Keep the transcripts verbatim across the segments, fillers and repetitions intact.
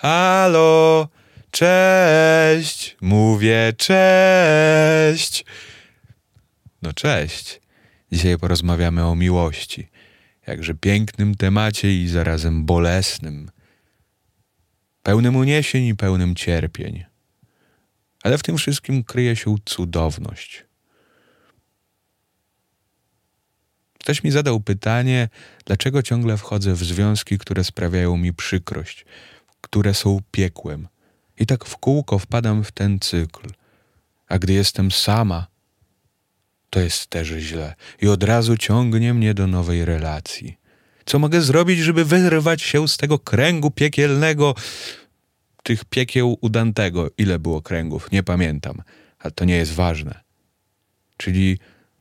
Halo, cześć, mówię cześć. No cześć. Dzisiaj porozmawiamy o miłości. Jakże pięknym temacie i zarazem bolesnym. Pełnym uniesień i pełnym cierpień. Ale w tym wszystkim kryje się cudowność. Ktoś mi zadał pytanie, dlaczego ciągle wchodzę w związki, które sprawiają mi przykrość, które są piekłem. I tak w kółko wpadam w ten cykl. A gdy jestem sama, to jest też źle. I od razu ciągnie mnie do nowej relacji. Co mogę zrobić, żeby wyrwać się z tego kręgu piekielnego, tych piekieł u Dantego? Ile było kręgów? Nie pamiętam. Ale to nie jest ważne. Czyli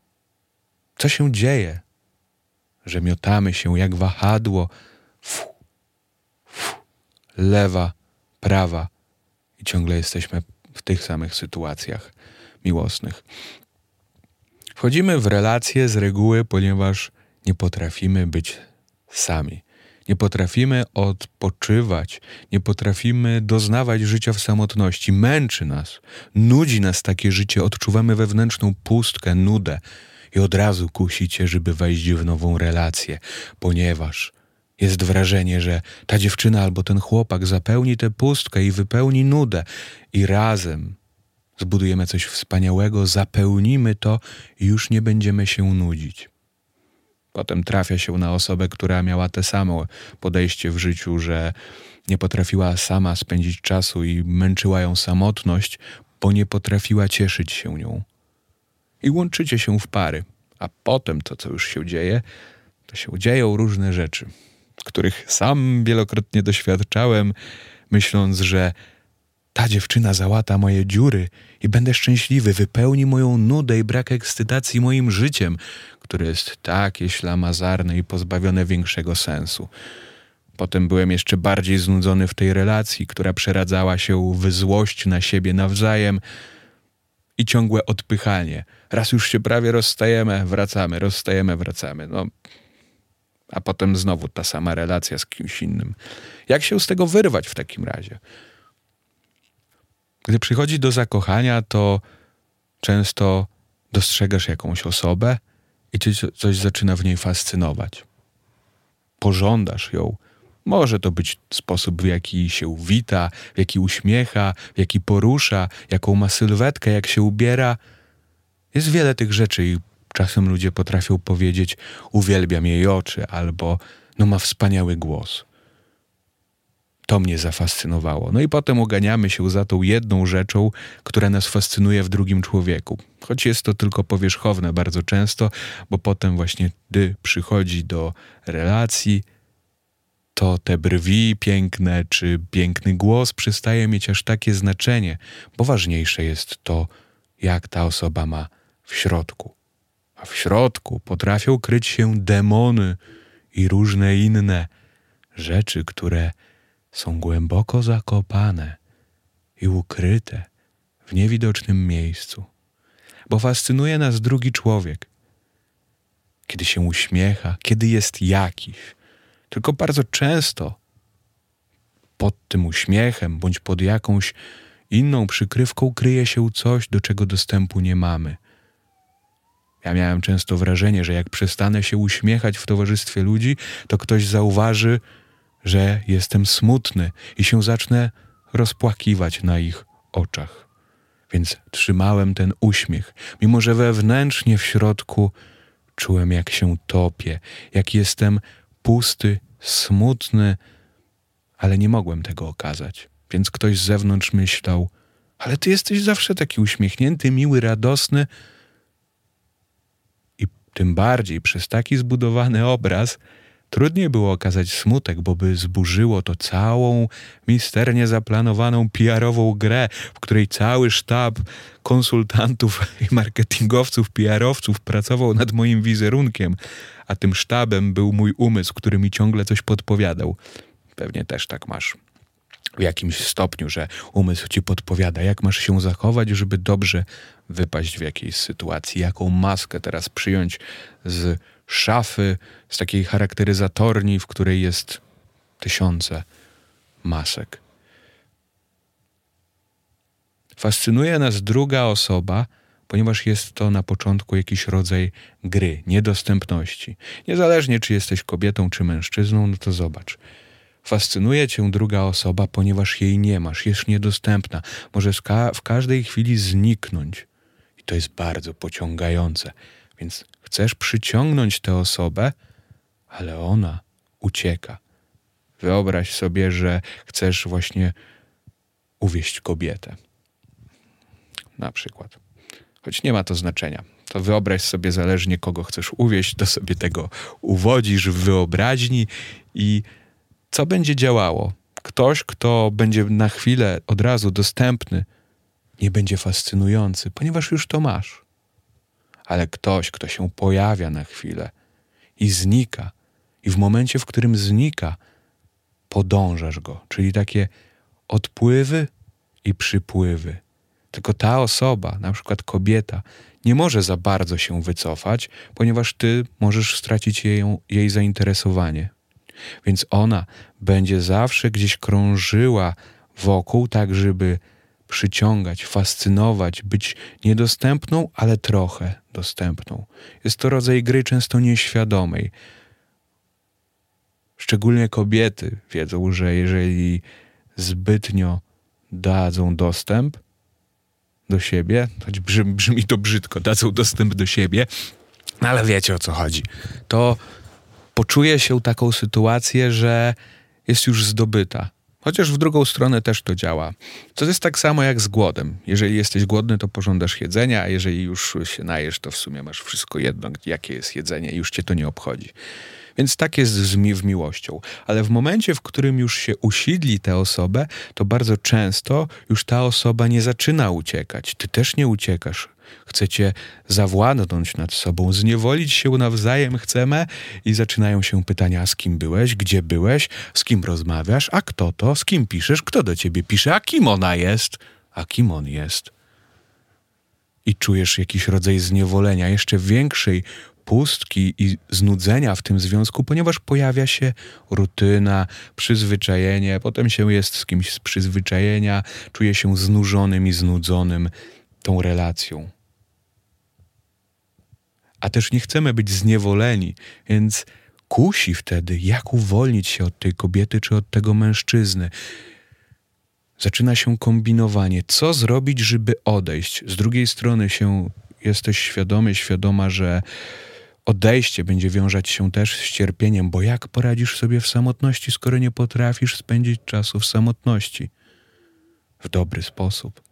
co się dzieje, że miotamy się jak wahadło, fu, fu, lewa, prawa i ciągle jesteśmy w tych samych sytuacjach miłosnych. Wchodzimy w relacje z reguły, ponieważ nie potrafimy być sami. Nie potrafimy odpoczywać, nie potrafimy doznawać życia w samotności. Męczy nas, nudzi nas takie życie, odczuwamy wewnętrzną pustkę, nudę i od razu kusicie, żeby wejść w nową relację, ponieważ jest wrażenie, że ta dziewczyna albo ten chłopak zapełni tę pustkę i wypełni nudę i razem zbudujemy coś wspaniałego, zapełnimy to i już nie będziemy się nudzić. Potem trafia się na osobę, która miała te samo podejście w życiu, że nie potrafiła sama spędzić czasu i męczyła ją samotność, bo nie potrafiła cieszyć się nią. I łączycie się w pary, a potem to, co już się dzieje, to się dzieją różne rzeczy, których sam wielokrotnie doświadczałem, myśląc, że ta dziewczyna załata moje dziury i będę szczęśliwy, wypełni moją nudę i brak ekscytacji moim życiem, które jest takie ślamazarne i pozbawione większego sensu. Potem byłem jeszcze bardziej znudzony w tej relacji, która przeradzała się w złość na siebie nawzajem i ciągłe odpychanie. Raz już się prawie rozstajemy, wracamy, rozstajemy, wracamy. No, a potem znowu ta sama relacja z kimś innym. Jak się z tego wyrwać w takim razie? Gdy przychodzi do zakochania, to często dostrzegasz jakąś osobę i cię coś zaczyna w niej fascynować. Pożądasz ją. Może to być sposób, w jaki się wita, w jaki uśmiecha, w jaki porusza, jaką ma sylwetkę, jak się ubiera. Jest wiele tych rzeczy i czasem ludzie potrafią powiedzieć: uwielbiam jej oczy, albo no ma wspaniały głos. To mnie zafascynowało. No i potem uganiamy się za tą jedną rzeczą, która nas fascynuje w drugim człowieku. Choć jest to tylko powierzchowne bardzo często, bo potem właśnie gdy przychodzi do relacji, to te brwi piękne czy piękny głos przestaje mieć aż takie znaczenie, bo ważniejsze jest to, jak ta osoba ma w środku. A w środku potrafią kryć się demony i różne inne rzeczy, które są głęboko zakopane i ukryte w niewidocznym miejscu. Bo fascynuje nas drugi człowiek. Kiedy się uśmiecha, kiedy jest jakiś. Tylko bardzo często pod tym uśmiechem bądź pod jakąś inną przykrywką kryje się coś, do czego dostępu nie mamy. Ja miałem często wrażenie, że jak przestanę się uśmiechać w towarzystwie ludzi, to ktoś zauważy, że jestem smutny i się zacznę rozpłakiwać na ich oczach. Więc trzymałem ten uśmiech, mimo że wewnętrznie w środku czułem, jak się topię, jak jestem pusty, smutny, ale nie mogłem tego okazać. Więc ktoś z zewnątrz myślał: ale ty jesteś zawsze taki uśmiechnięty, miły, radosny. I tym bardziej przez taki zbudowany obraz trudniej było okazać smutek, bo by zburzyło to całą misternie zaplanowaną P R-ową grę, w której cały sztab konsultantów i marketingowców, P R-owców pracował nad moim wizerunkiem, a tym sztabem był mój umysł, który mi ciągle coś podpowiadał. Pewnie też tak masz w jakimś stopniu, że umysł ci podpowiada, jak masz się zachować, żeby dobrze wypaść w jakiejś sytuacji, jaką maskę teraz przyjąć z szafy, z takiej charakteryzatorni, w której jest tysiące masek. Fascynuje nas druga osoba, ponieważ jest to na początku jakiś rodzaj gry, niedostępności. Niezależnie, czy jesteś kobietą, czy mężczyzną, no to zobacz. Fascynuje cię druga osoba, ponieważ jej nie masz, jest niedostępna. Może ska- w każdej chwili zniknąć. I to jest bardzo pociągające. Więc chcesz przyciągnąć tę osobę, ale ona ucieka. Wyobraź sobie, że chcesz właśnie uwieść kobietę. Na przykład. Choć nie ma to znaczenia. To wyobraź sobie zależnie kogo chcesz uwieść, to sobie tego uwodzisz w wyobraźni i co będzie działało? Ktoś, kto będzie na chwilę od razu dostępny, nie będzie fascynujący, ponieważ już to masz. Ale ktoś, kto się pojawia na chwilę i znika, i w momencie, w którym znika, podążasz go, czyli takie odpływy i przypływy. Tylko ta osoba, na przykład kobieta, nie może za bardzo się wycofać, ponieważ ty możesz stracić jej, jej zainteresowanie. Więc ona będzie zawsze gdzieś krążyła wokół, tak żeby przyciągać, fascynować, być niedostępną, ale trochę dostępną. Jest to rodzaj gry często nieświadomej. Szczególnie kobiety wiedzą, że jeżeli zbytnio dadzą dostęp do siebie, choć brzmi, brzmi to brzydko, dadzą dostęp do siebie, no ale wiecie o co chodzi, to poczuje się taką sytuację, że jest już zdobyta. Chociaż w drugą stronę też to działa. To jest tak samo jak z głodem. Jeżeli jesteś głodny, to pożądasz jedzenia, a jeżeli już się najesz, to w sumie masz wszystko jedno, jakie jest jedzenie i już cię to nie obchodzi. Więc tak jest z mi- w miłością. Ale w momencie, w którym już się usidli tę osobę, to bardzo często już ta osoba nie zaczyna uciekać. Ty też nie uciekasz. Chcecie zawładnąć nad sobą, zniewolić się nawzajem chcemy i zaczynają się pytania, z kim byłeś, gdzie byłeś, z kim rozmawiasz, a kto to, z kim piszesz, kto do ciebie pisze, a kim ona jest, a kim on jest. I czujesz jakiś rodzaj zniewolenia, jeszcze większej pustki i znudzenia w tym związku, ponieważ pojawia się rutyna, przyzwyczajenie, potem się jest z kimś z przyzwyczajenia, czuje się znużonym i znudzonym tą relacją. A też nie chcemy być zniewoleni, więc kusi wtedy, jak uwolnić się od tej kobiety czy od tego mężczyzny. Zaczyna się kombinowanie, co zrobić, żeby odejść. Z drugiej strony się jesteś świadomy, świadoma, że odejście będzie wiązać się też z cierpieniem, bo jak poradzisz sobie w samotności, skoro nie potrafisz spędzić czasu w samotności w dobry sposób.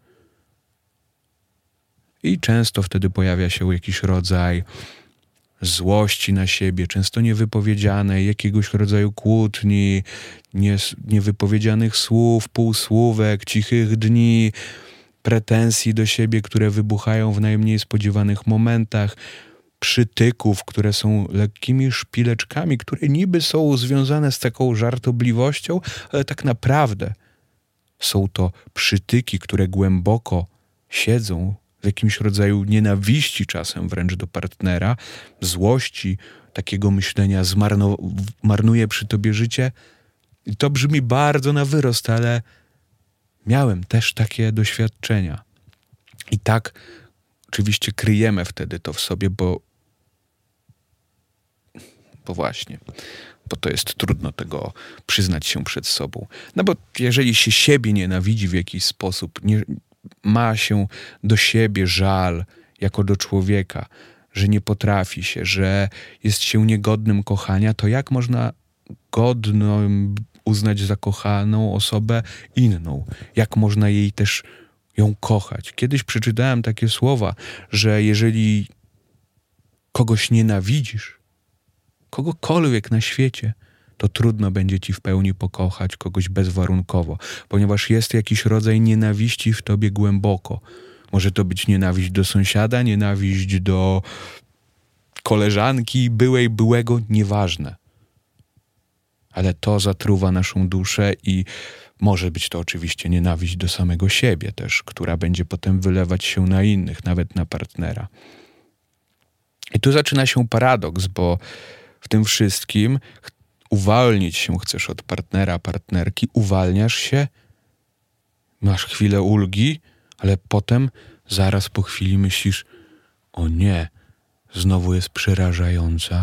I często wtedy pojawia się jakiś rodzaj złości na siebie, często niewypowiedzianej, jakiegoś rodzaju kłótni, nie, niewypowiedzianych słów, półsłówek, cichych dni, pretensji do siebie, które wybuchają w najmniej spodziewanych momentach, przytyków, które są lekkimi szpileczkami, które niby są związane z taką żartobliwością, ale tak naprawdę są to przytyki, które głęboko siedzą w jakimś rodzaju nienawiści czasem wręcz do partnera, złości, takiego myślenia, zmarno, marnuje przy tobie życie. I to brzmi bardzo na wyrost, ale miałem też takie doświadczenia. I tak oczywiście kryjemy wtedy to w sobie, bo bo właśnie, bo to jest trudno tego przyznać się przed sobą. No bo jeżeli się siebie nienawidzi w jakiś sposób, nie, ma się do siebie żal jako do człowieka, że nie potrafi się, że jest się niegodnym kochania, to jak można godną uznać za kochaną osobę inną? Jak można jej też ją kochać? Kiedyś przeczytałem takie słowa, że jeżeli kogoś nienawidzisz, kogokolwiek na świecie, to trudno będzie ci w pełni pokochać kogoś bezwarunkowo, ponieważ jest jakiś rodzaj nienawiści w tobie głęboko. Może to być nienawiść do sąsiada, nienawiść do koleżanki, byłej, byłego, nieważne. Ale to zatruwa naszą duszę i może być to oczywiście nienawiść do samego siebie też, która będzie potem wylewać się na innych, nawet na partnera. I tu zaczyna się paradoks, bo w tym wszystkim uwolnić się chcesz od partnera, partnerki, uwalniasz się, masz chwilę ulgi, ale potem zaraz po chwili myślisz, o nie, znowu jest przerażająca,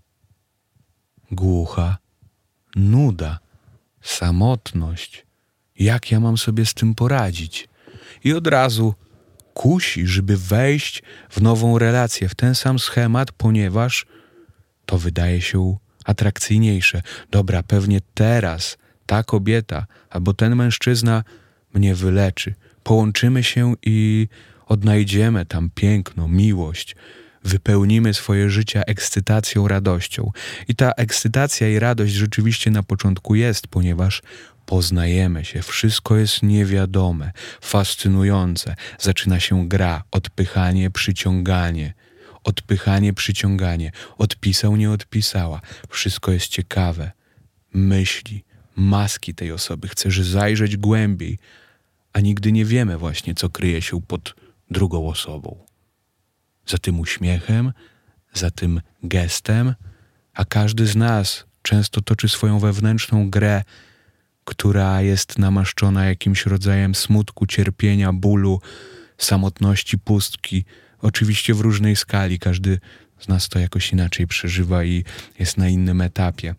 głucha, nuda, samotność. Jak ja mam sobie z tym poradzić? I od razu kusi, żeby wejść w nową relację, w ten sam schemat, ponieważ to wydaje się atrakcyjniejsze. Dobra, pewnie teraz ta kobieta albo ten mężczyzna mnie wyleczy. Połączymy się i odnajdziemy tam piękno, miłość. Wypełnimy swoje życie ekscytacją, radością. I ta ekscytacja i radość rzeczywiście na początku jest, ponieważ poznajemy się, wszystko jest niewiadome, fascynujące. Zaczyna się gra, odpychanie, przyciąganie. Odpychanie, przyciąganie. Odpisał, nie odpisała. Wszystko jest ciekawe. Myśli, maski tej osoby. Chcesz zajrzeć głębiej, a nigdy nie wiemy właśnie, co kryje się pod drugą osobą. Za tym uśmiechem, za tym gestem, a każdy z nas często toczy swoją wewnętrzną grę, która jest namaszczona jakimś rodzajem smutku, cierpienia, bólu, samotności, pustki. Oczywiście w różnej skali, każdy z nas to jakoś inaczej przeżywa i jest na innym etapie.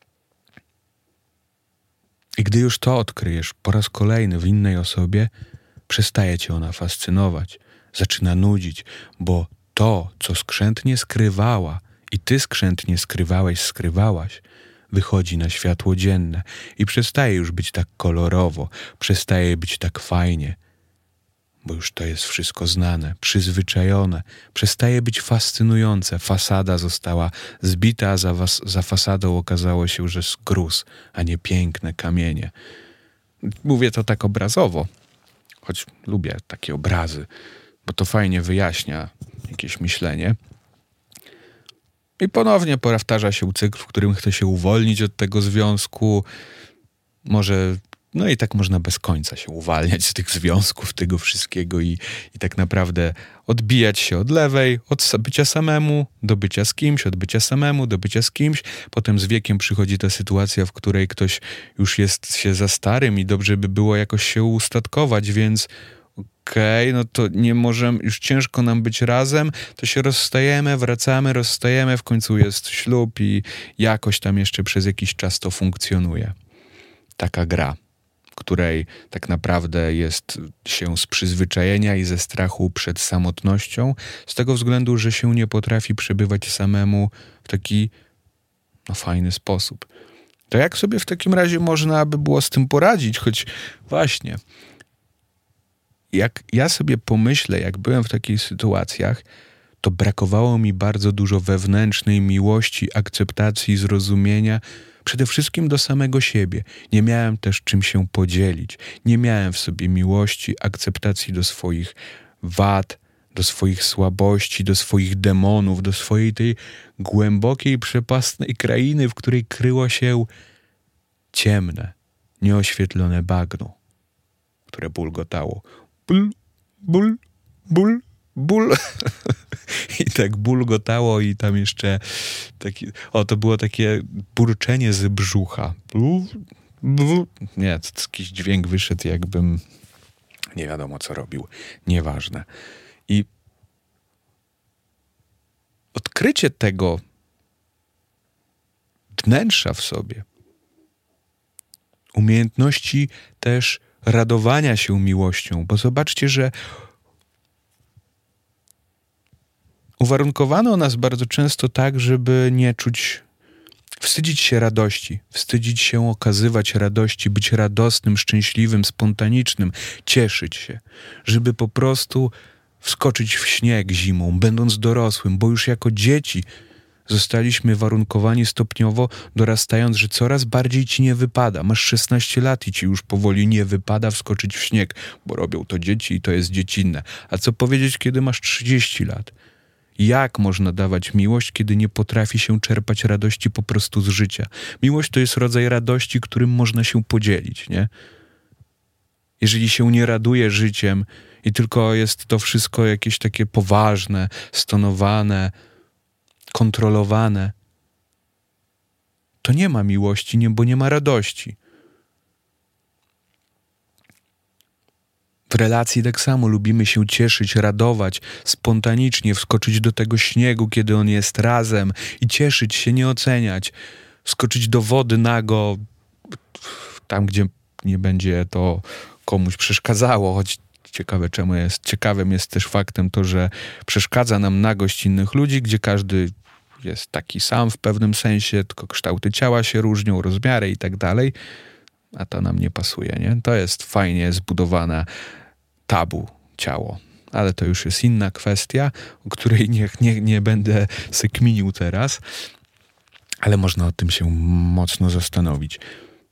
I gdy już to odkryjesz po raz kolejny w innej osobie, przestaje cię ona fascynować, zaczyna nudzić, bo to, co skrzętnie skrywała i ty skrzętnie skrywałeś, skrywałaś, wychodzi na światło dzienne i przestaje już być tak kolorowo, przestaje być tak fajnie, bo już to jest wszystko znane, przyzwyczajone, przestaje być fascynujące. Fasada została zbita, a za, was, za fasadą okazało się, że jest gruz, a nie piękne kamienie. Mówię to tak obrazowo, choć lubię takie obrazy, bo to fajnie wyjaśnia jakieś myślenie. I ponownie powtarza się cykl, w którym chce się uwolnić od tego związku. Może, no i tak można bez końca się uwalniać z tych związków, tego wszystkiego i, i tak naprawdę odbijać się od lewej, od bycia samemu do bycia z kimś, od bycia samemu do bycia z kimś. Potem z wiekiem przychodzi ta sytuacja, w której ktoś już jest się za starym i dobrze by było jakoś się ustatkować, więc okej, okay, no to nie możemy, już ciężko nam być razem, to się rozstajemy, wracamy, rozstajemy, w końcu jest ślub i jakoś tam jeszcze przez jakiś czas to funkcjonuje. Taka gra, w której tak naprawdę jest się z przyzwyczajenia i ze strachu przed samotnością, z tego względu, że się nie potrafi przebywać samemu w taki no, fajny sposób. To jak sobie w takim razie można by było z tym poradzić, choć właśnie... Jak ja sobie pomyślę, jak byłem w takich sytuacjach, to brakowało mi bardzo dużo wewnętrznej miłości, akceptacji, zrozumienia, przede wszystkim do samego siebie. Nie miałem też czym się podzielić. Nie miałem w sobie miłości, akceptacji do swoich wad, do swoich słabości, do swoich demonów, do swojej tej głębokiej, przepastnej krainy, w której kryło się ciemne, nieoświetlone bagno, które bulgotało. Ból, ból, ból, ból. I tak bulgotało i tam jeszcze taki, o, to było takie burczenie z brzucha. Ból, ból. Nie, to jakiś dźwięk wyszedł, jakbym nie wiadomo co robił. Nieważne. I odkrycie tego wnętrza w sobie, umiejętności też radowania się miłością, bo zobaczcie, że uwarunkowano nas bardzo często tak, żeby nie czuć, wstydzić się radości, wstydzić się okazywać radości, być radosnym, szczęśliwym, spontanicznym, cieszyć się, żeby po prostu wskoczyć w śnieg zimą, będąc dorosłym, bo już jako dzieci zostaliśmy warunkowani stopniowo, dorastając, że coraz bardziej ci nie wypada. Masz szesnaście lat i ci już powoli nie wypada wskoczyć w śnieg, bo robią to dzieci i to jest dziecinne. A co powiedzieć, kiedy masz trzydzieści lat? Jak można dawać miłość, kiedy nie potrafi się czerpać radości po prostu z życia? Miłość to jest rodzaj radości, którym można się podzielić, nie? Jeżeli się nie raduje życiem i tylko jest to wszystko jakieś takie poważne, stonowane, kontrolowane, to nie ma miłości, nie, bo nie ma radości. W relacji tak samo lubimy się cieszyć, radować, spontanicznie wskoczyć do tego śniegu, kiedy on jest razem i cieszyć się, nie oceniać. Wskoczyć do wody nago, tam gdzie nie będzie to komuś przeszkadzało, choć ciekawe czemu jest. Ciekawym jest też faktem to, że przeszkadza nam nagość innych ludzi, gdzie każdy jest taki sam w pewnym sensie, tylko kształty ciała się różnią, rozmiary i tak dalej, a to nam nie pasuje, nie? To jest fajnie zbudowane tabu ciało, ale to już jest inna kwestia, o której nie, nie, nie będę sekminił teraz, ale można o tym się mocno zastanowić.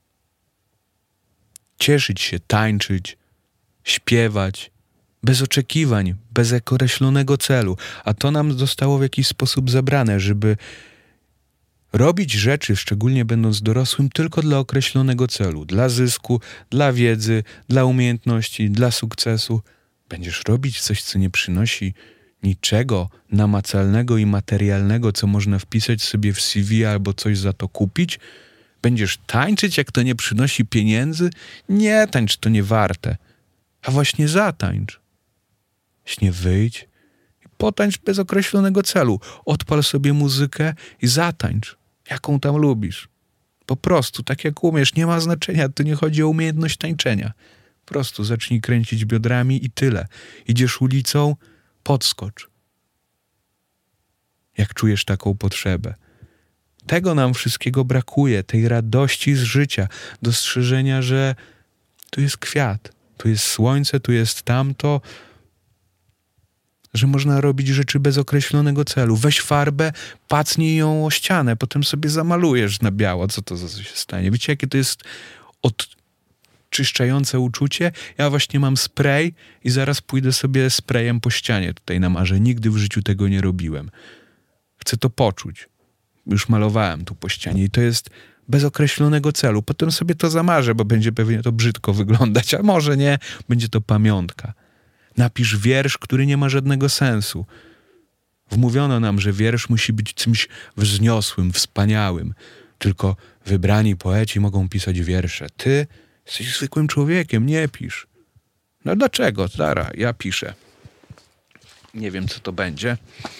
Cieszyć się, tańczyć, śpiewać, bez oczekiwań, bez określonego celu, a to nam zostało w jakiś sposób zabrane, żeby robić rzeczy, szczególnie będąc dorosłym, tylko dla określonego celu, dla zysku, dla wiedzy, dla umiejętności, dla sukcesu. Będziesz robić coś, co nie przynosi niczego namacalnego i materialnego, co można wpisać sobie w C V albo coś za to kupić. Będziesz tańczyć, jak to nie przynosi pieniędzy? Nie tańcz, to nie warte. A właśnie zatańcz. Właśnie wyjdź i potańcz bez określonego celu. Odpal sobie muzykę i zatańcz, jaką tam lubisz. Po prostu, tak jak umiesz, nie ma znaczenia, to nie chodzi o umiejętność tańczenia. Po prostu zacznij kręcić biodrami i tyle. Idziesz ulicą, podskocz. Jak czujesz taką potrzebę. Tego nam wszystkiego brakuje, tej radości z życia, dostrzeżenia, że tu jest kwiat, tu jest słońce, tu jest tamto, że można robić rzeczy bez określonego celu. Weź farbę, pacnij ją o ścianę, potem sobie zamalujesz na biało. Co to za coś się stanie? Wiecie, jakie to jest odczyszczające uczucie? Ja właśnie mam spray i zaraz pójdę sobie sprayem po ścianie tutaj namarzę. Nigdy w życiu tego nie robiłem. Chcę to poczuć. Już malowałem tu po ścianie i to jest bez określonego celu. Potem sobie to zamarzę, bo będzie pewnie to brzydko wyglądać, a może nie, będzie to pamiątka. Napisz wiersz, który nie ma żadnego sensu. Wmówiono nam, że wiersz musi być czymś wzniosłym, wspaniałym. Tylko wybrani poeci mogą pisać wiersze. Ty jesteś zwykłym człowiekiem, nie pisz. No dlaczego? Zara, ja piszę. Nie wiem, co to będzie.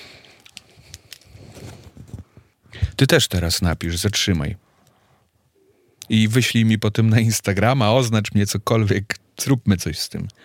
Ty też teraz napisz, zatrzymaj. I wyślij mi potem na Instagrama, oznacz mnie cokolwiek, zróbmy coś z tym.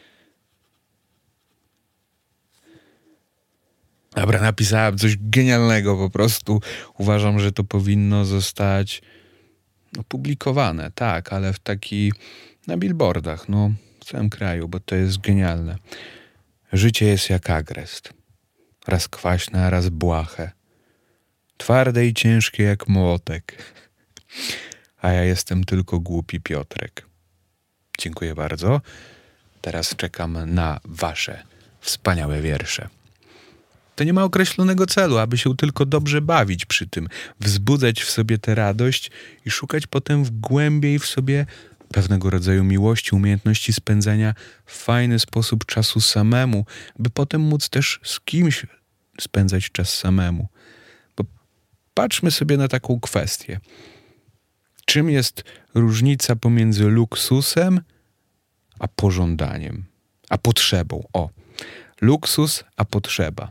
Dobra, napisałem coś genialnego po prostu. Uważam, że to powinno zostać opublikowane, tak, ale w taki, na billboardach, no, w całym kraju, bo to jest genialne. Życie jest jak agrest. Raz kwaśne, a raz błahe. Twarde i ciężkie jak młotek. A ja jestem tylko głupi Piotrek. Dziękuję bardzo. Teraz czekam na wasze wspaniałe wiersze. To nie ma określonego celu, aby się tylko dobrze bawić przy tym, wzbudzać w sobie tę radość i szukać potem w głębiej w sobie pewnego rodzaju miłości, umiejętności spędzania w fajny sposób czasu samemu, by potem móc też z kimś spędzać czas samemu. Bo patrzmy sobie na taką kwestię. Czym jest różnica pomiędzy luksusem a pożądaniem, a potrzebą? O, luksus a potrzeba.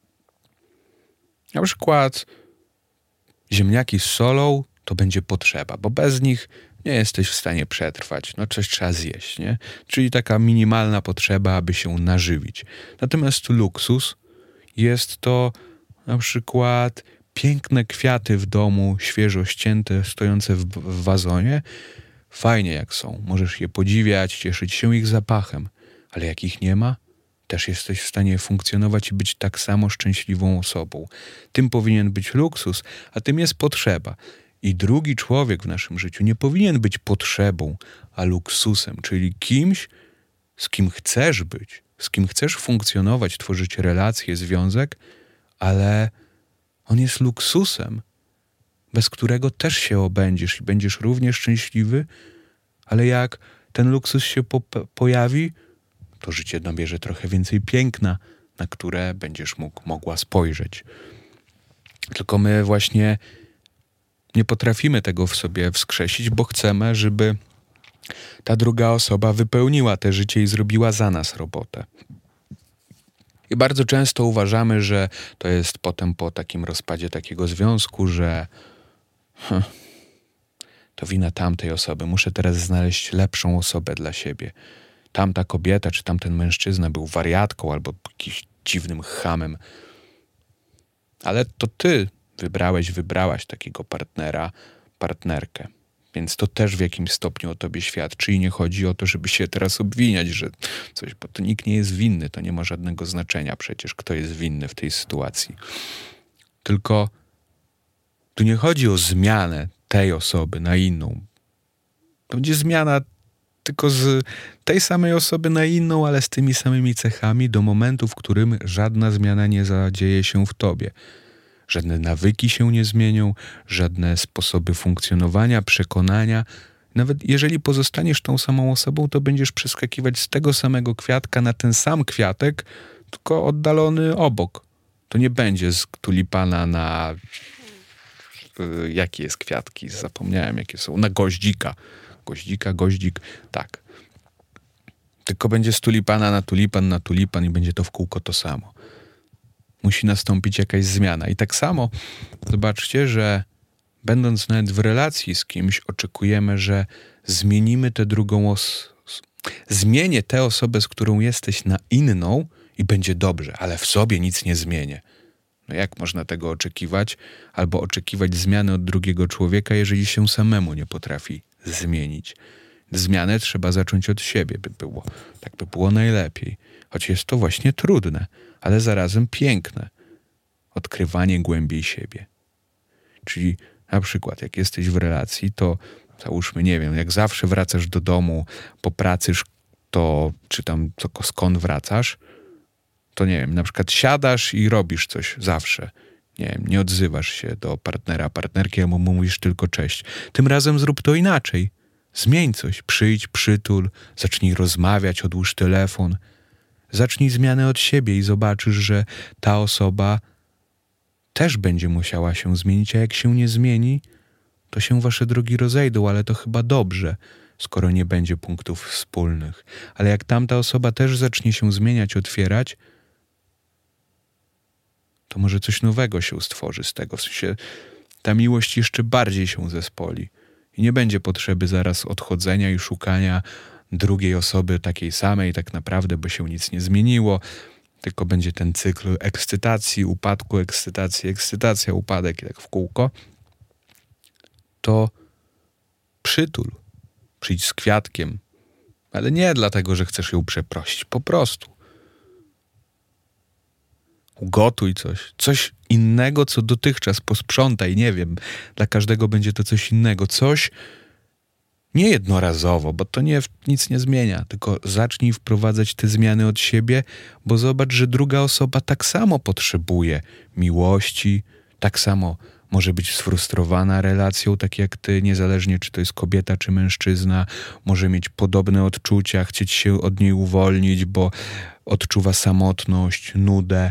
Na przykład ziemniaki z solą to będzie potrzeba, bo bez nich nie jesteś w stanie przetrwać. No coś trzeba zjeść, nie? Czyli taka minimalna potrzeba, aby się nażywić. Natomiast luksus jest to na przykład piękne kwiaty w domu, świeżo ścięte, stojące w, w wazonie. Fajnie jak są. Możesz je podziwiać, cieszyć się ich zapachem. Ale jak ich nie ma, też jesteś w stanie funkcjonować i być tak samo szczęśliwą osobą. Tym powinien być luksus, a tym jest potrzeba. I drugi człowiek w naszym życiu nie powinien być potrzebą, a luksusem, czyli kimś, z kim chcesz być, z kim chcesz funkcjonować, tworzyć relacje, związek, ale on jest luksusem, bez którego też się obędziesz i będziesz równie szczęśliwy, ale jak ten luksus się po- pojawi, to życie nabierze trochę więcej piękna, na które będziesz mógł, mogła spojrzeć. Tylko my właśnie nie potrafimy tego w sobie wskrzesić, bo chcemy, żeby Ta druga osoba wypełniła te życie i zrobiła za nas robotę. I bardzo często uważamy, że to jest potem po takim rozpadzie takiego związku, że hm, to wina tamtej osoby. Muszę teraz znaleźć lepszą osobę dla siebie. Tamta kobieta czy tamten mężczyzna był wariatką albo jakimś dziwnym chamem. Ale to ty wybrałeś, wybrałaś takiego partnera, partnerkę. Więc to też w jakimś stopniu o tobie świadczy i nie chodzi o to, żeby się teraz obwiniać, że coś, bo to nikt nie jest winny, to nie ma żadnego znaczenia przecież, kto jest winny w tej sytuacji. Tylko tu nie chodzi o zmianę tej osoby na inną. To będzie zmiana tylko z tej samej osoby na inną, ale z tymi samymi cechami do momentu, w którym żadna zmiana nie zadzieje się w tobie. Żadne nawyki się nie zmienią, żadne sposoby funkcjonowania, przekonania. Nawet jeżeli pozostaniesz tą samą osobą, to będziesz przeskakiwać z tego samego kwiatka na ten sam kwiatek, tylko oddalony obok. To nie będzie z tulipana na... Yy, jaki jest kwiatki? Zapomniałem, jakie są. Na goździka. Goździka, goździk, tak. Tylko będzie z tulipana na tulipan, na tulipan i będzie to w kółko to samo. Musi nastąpić jakaś zmiana. I tak samo zobaczcie, że będąc nawet w relacji z kimś, oczekujemy, że zmienimy tę drugą osobę. Zmienię tę osobę, z którą jesteś, na inną i będzie dobrze, ale w sobie nic nie zmienię. No jak można tego oczekiwać? Albo oczekiwać zmiany od drugiego człowieka, jeżeli się samemu nie potrafi zmienić. Zmianę trzeba zacząć od siebie, by było. Tak by było najlepiej. Choć jest to właśnie trudne, ale zarazem piękne. Odkrywanie głębiej siebie. Czyli na przykład, jak jesteś w relacji, to załóżmy, nie wiem, jak zawsze wracasz do domu po pracy, to czy tam to, skąd wracasz, to nie wiem, na przykład siadasz i robisz coś zawsze. Nie wiem, nie odzywasz się do partnera, partnerki, a mu mówisz tylko cześć. Tym razem zrób to inaczej. Zmień coś, przyjdź, przytul, zacznij rozmawiać, odłóż telefon. Zacznij zmianę od siebie i zobaczysz, że ta osoba też będzie musiała się zmienić, a jak się nie zmieni, to się wasze drogi rozejdą, ale to chyba dobrze, skoro nie będzie punktów wspólnych. Ale jak tamta osoba też zacznie się zmieniać, otwierać, to może coś nowego się stworzy z tego. W sensie ta miłość jeszcze bardziej się zespoli. I nie będzie potrzeby zaraz odchodzenia i szukania drugiej osoby takiej samej tak naprawdę, bo się nic nie zmieniło. Tylko będzie ten cykl ekscytacji, upadku, ekscytacji, ekscytacja, upadek i tak w kółko. To przytul. Przyjdź z kwiatkiem. Ale nie dlatego, że chcesz ją przeprosić. Po prostu. Ugotuj coś. Coś innego, co dotychczas posprzątaj. Nie wiem. Dla każdego będzie to coś innego. Coś nie jednorazowo, bo to nie, nic nie zmienia. Tylko zacznij wprowadzać te zmiany od siebie, bo zobacz, że druga osoba tak samo potrzebuje miłości, tak samo może być sfrustrowana relacją, tak jak ty, niezależnie czy to jest kobieta, czy mężczyzna, może mieć podobne odczucia, chcieć się od niej uwolnić, bo odczuwa samotność, nudę.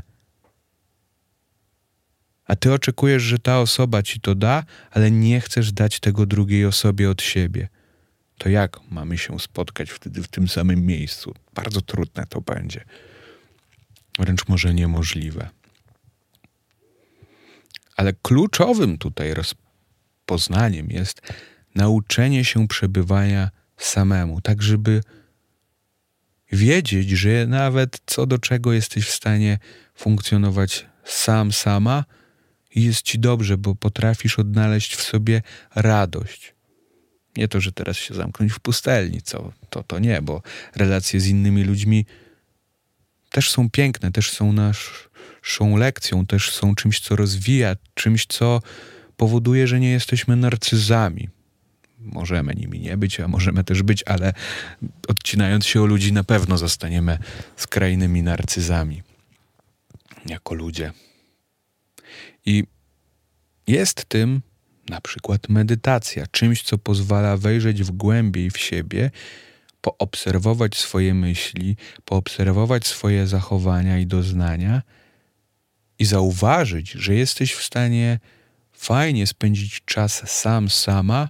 A ty oczekujesz, że ta osoba ci to da, ale nie chcesz dać tego drugiej osobie od siebie. To jak mamy się spotkać wtedy w tym samym miejscu? Bardzo trudne to będzie. Wręcz może niemożliwe. Ale kluczowym tutaj rozpoznaniem jest nauczenie się przebywania samemu, tak żeby wiedzieć, że nawet co do czego jesteś w stanie funkcjonować sam, sama i jest ci dobrze, bo potrafisz odnaleźć w sobie radość. Nie to, że teraz się zamknąć w pustelni, co, to, to nie, bo relacje z innymi ludźmi też są piękne, też są naszą lekcją, też są czymś, co rozwija, czymś, co powoduje, że nie jesteśmy narcyzami. Możemy nimi nie być, a możemy też być, ale odcinając się od ludzi na pewno zostaniemy skrajnymi narcyzami jako ludzie. I jest tym na przykład medytacja, czymś, co pozwala wejrzeć w głębiej w siebie, poobserwować swoje myśli, poobserwować swoje zachowania i doznania i zauważyć, że jesteś w stanie fajnie spędzić czas sam, sama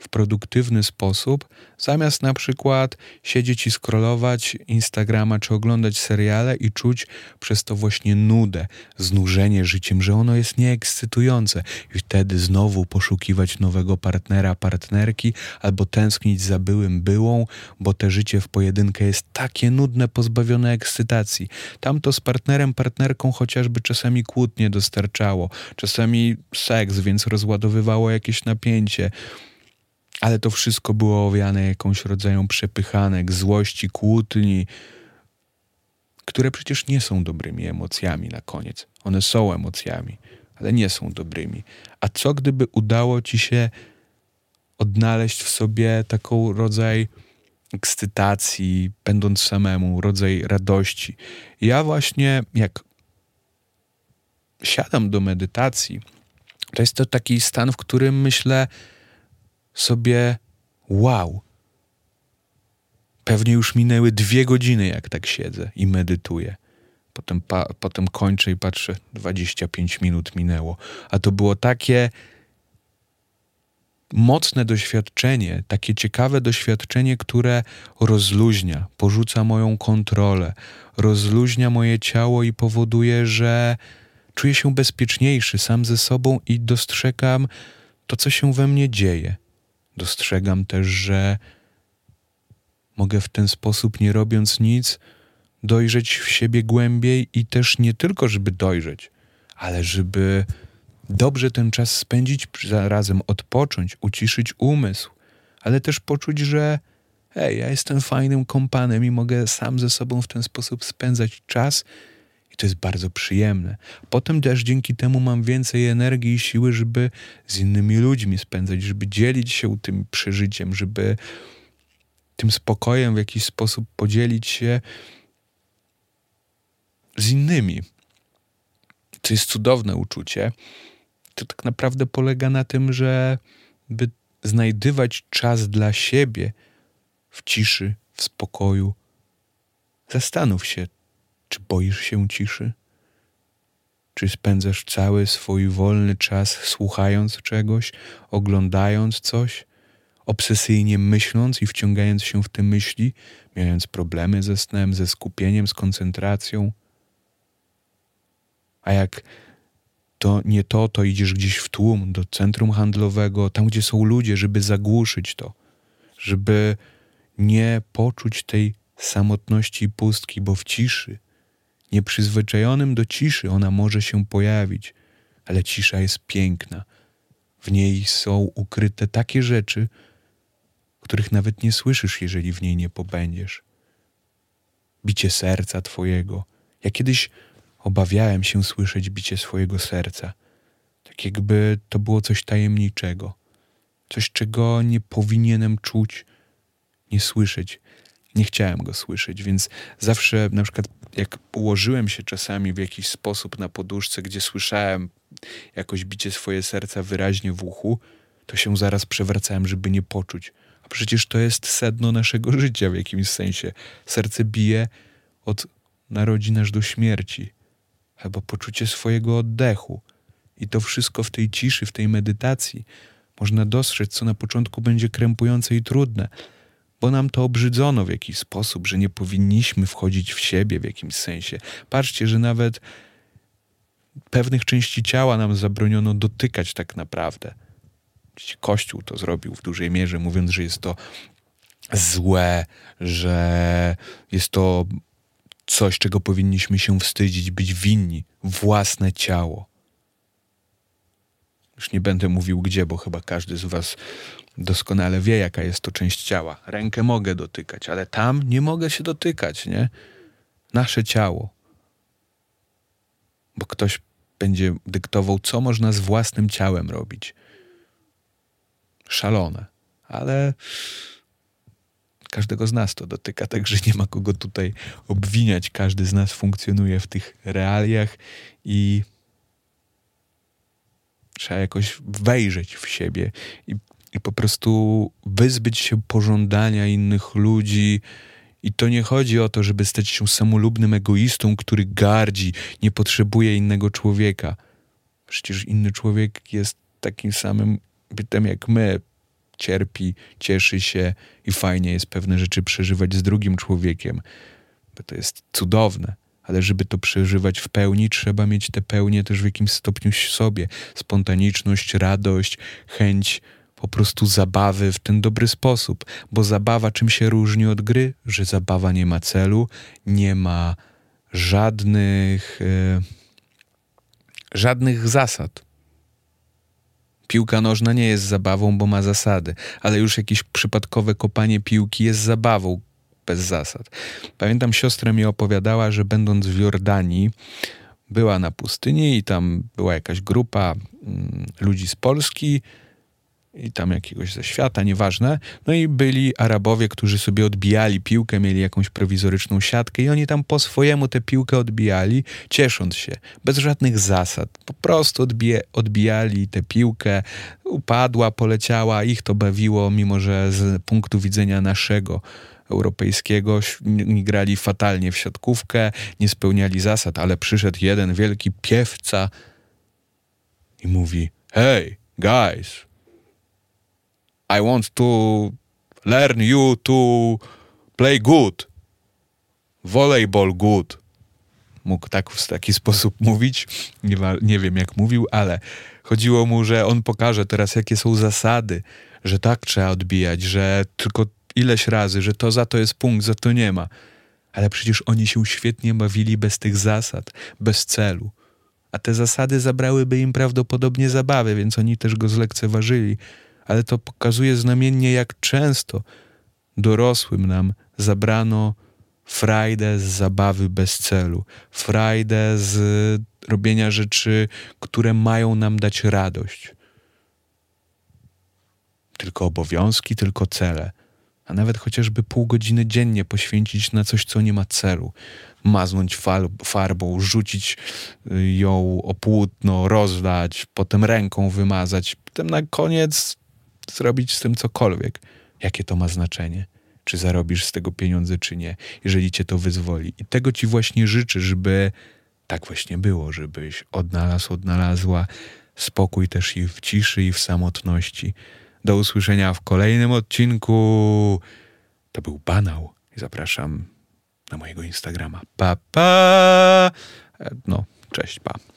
w produktywny sposób, zamiast na przykład siedzieć i scrollować Instagrama czy oglądać seriale i czuć przez to właśnie nudę, znużenie życiem, że ono jest nieekscytujące i wtedy znowu poszukiwać nowego partnera, partnerki albo tęsknić za byłym, byłą, bo te życie w pojedynkę jest takie nudne, pozbawione ekscytacji. Tamto z partnerem, partnerką chociażby czasami kłótnie dostarczało, czasami seks, więc rozładowywało jakieś napięcie, ale to wszystko było owiane jakąś rodzajem przepychanek, złości, kłótni, które przecież nie są dobrymi emocjami na koniec. One są emocjami, ale nie są dobrymi. A co gdyby udało ci się odnaleźć w sobie taką rodzaj ekscytacji, będąc samemu, rodzaj radości? Ja właśnie jak siadam do medytacji, to jest to taki stan, w którym myślę sobie, wow, pewnie już minęły dwie godziny, jak tak siedzę i medytuję. Potem, pa, potem kończę i patrzę, dwadzieścia pięć minut minęło. A to było takie mocne doświadczenie, takie ciekawe doświadczenie, które rozluźnia, porzuca moją kontrolę, rozluźnia moje ciało i powoduje, że czuję się bezpieczniejszy sam ze sobą i dostrzegam to, co się we mnie dzieje. Dostrzegam też, że mogę w ten sposób, nie robiąc nic, dojrzeć w siebie głębiej i też nie tylko, żeby dojrzeć, ale żeby dobrze ten czas spędzić, zarazem odpocząć, uciszyć umysł, ale też poczuć, że hej, ja jestem fajnym kompanem i mogę sam ze sobą w ten sposób spędzać czas i to jest bardzo przyjemne. Potem też dzięki temu mam więcej energii i siły, żeby z innymi ludźmi spędzać, żeby dzielić się tym przeżyciem, żeby tym spokojem w jakiś sposób podzielić się z innymi. To jest cudowne uczucie. To tak naprawdę polega na tym, że by znajdywać czas dla siebie w ciszy, w spokoju. Zastanów się, czy boisz się ciszy? Czy spędzasz cały swój wolny czas słuchając czegoś, oglądając coś, obsesyjnie myśląc i wciągając się w te myśli, mając problemy ze snem, ze skupieniem, z koncentracją? A jak to nie to, to idziesz gdzieś w tłum, do centrum handlowego, tam gdzie są ludzie, żeby zagłuszyć to, żeby nie poczuć tej samotności i pustki, bo w ciszy, nieprzyzwyczajonym do ciszy ona może się pojawić, ale cisza jest piękna. W niej są ukryte takie rzeczy, których nawet nie słyszysz, jeżeli w niej nie pobędziesz. Bicie serca twojego. Ja kiedyś obawiałem się słyszeć bicie swojego serca. Tak jakby to było coś tajemniczego. Coś, czego nie powinienem czuć, nie słyszeć. Nie chciałem go słyszeć, więc zawsze na przykład jak ułożyłem się czasami w jakiś sposób na poduszce, gdzie słyszałem jakoś bicie swoje serca wyraźnie w uchu, to się zaraz przewracałem, żeby nie poczuć. A przecież to jest sedno naszego życia w jakimś sensie. Serce bije od narodzin aż do śmierci. Albo poczucie swojego oddechu. I to wszystko w tej ciszy, w tej medytacji można dostrzec, co na początku będzie krępujące i trudne, bo nam to obrzydzono w jakiś sposób, że nie powinniśmy wchodzić w siebie w jakimś sensie. Patrzcie, że nawet pewnych części ciała nam zabroniono dotykać tak naprawdę. Kościół to zrobił w dużej mierze, mówiąc, że jest to złe, że jest to coś, czego powinniśmy się wstydzić, być winni. Własne ciało. Już nie będę mówił gdzie, bo chyba każdy z was doskonale wie, jaka jest to część ciała. Rękę mogę dotykać, ale tam nie mogę się dotykać, nie? Nasze ciało. Bo ktoś będzie dyktował, co można z własnym ciałem robić. Szalone. Ale każdego z nas to dotyka, także nie ma kogo tutaj obwiniać. Każdy z nas funkcjonuje w tych realiach i trzeba jakoś wejrzeć w siebie i, i po prostu wyzbyć się pożądania innych ludzi. I to nie chodzi o to, żeby stać się samolubnym egoistą, który gardzi, nie potrzebuje innego człowieka. Przecież inny człowiek jest takim samym bytem jak my. cierpi, cieszy się i fajnie jest pewne rzeczy przeżywać z drugim człowiekiem, bo to jest cudowne. Ale żeby to przeżywać w pełni, trzeba mieć tę pełnię też w jakimś stopniu w sobie. Spontaniczność, radość, chęć po prostu zabawy w ten dobry sposób. Bo zabawa czym się różni od gry? Że zabawa nie ma celu, nie ma żadnych, e, żadnych zasad. Piłka nożna nie jest zabawą, bo ma zasady, ale już jakieś przypadkowe kopanie piłki jest zabawą bez zasad. Pamiętam, siostra mi opowiadała, że będąc w Jordanii, była na pustyni i tam była jakaś grupa mm, ludzi z Polski i tam jakiegoś ze świata, nieważne. No i byli Arabowie, którzy sobie odbijali piłkę, mieli jakąś prowizoryczną siatkę i oni tam po swojemu tę piłkę odbijali, ciesząc się, bez żadnych zasad. Po prostu odbije, odbijali tę piłkę, upadła, poleciała, ich to bawiło, mimo że z punktu widzenia naszego europejskiego nie grali fatalnie w siatkówkę, nie spełniali zasad, ale przyszedł jeden wielki piewca i mówi: hey, guys, I want to learn you to play good. Volleyball good. Mógł tak w taki sposób mówić. Nie, nie wiem, jak mówił, ale chodziło mu, że on pokaże teraz, jakie są zasady, że tak trzeba odbijać, że tylko ileś razy, że to za to jest punkt, za to nie ma. Ale przecież oni się świetnie bawili bez tych zasad, bez celu. A te zasady zabrałyby im prawdopodobnie zabawy, więc oni też go zlekceważyli. Ale to pokazuje znamiennie, jak często dorosłym nam zabrano frajdę z zabawy bez celu, frajdę z robienia rzeczy, które mają nam dać radość. Tylko obowiązki, tylko cele. A nawet chociażby pół godziny dziennie poświęcić na coś, co nie ma celu. Maznąć farbą, rzucić ją o płótno, rozlać, potem ręką wymazać, potem na koniec zrobić z tym cokolwiek. Jakie to ma znaczenie? Czy zarobisz z tego pieniądze, czy nie, jeżeli cię to wyzwoli. I tego ci właśnie życzę, żeby tak właśnie było, żebyś odnalazł, odnalazła spokój też i w ciszy, i w samotności. Do usłyszenia w kolejnym odcinku. To był Banał i zapraszam na mojego Instagrama. Pa, pa! No, cześć, pa.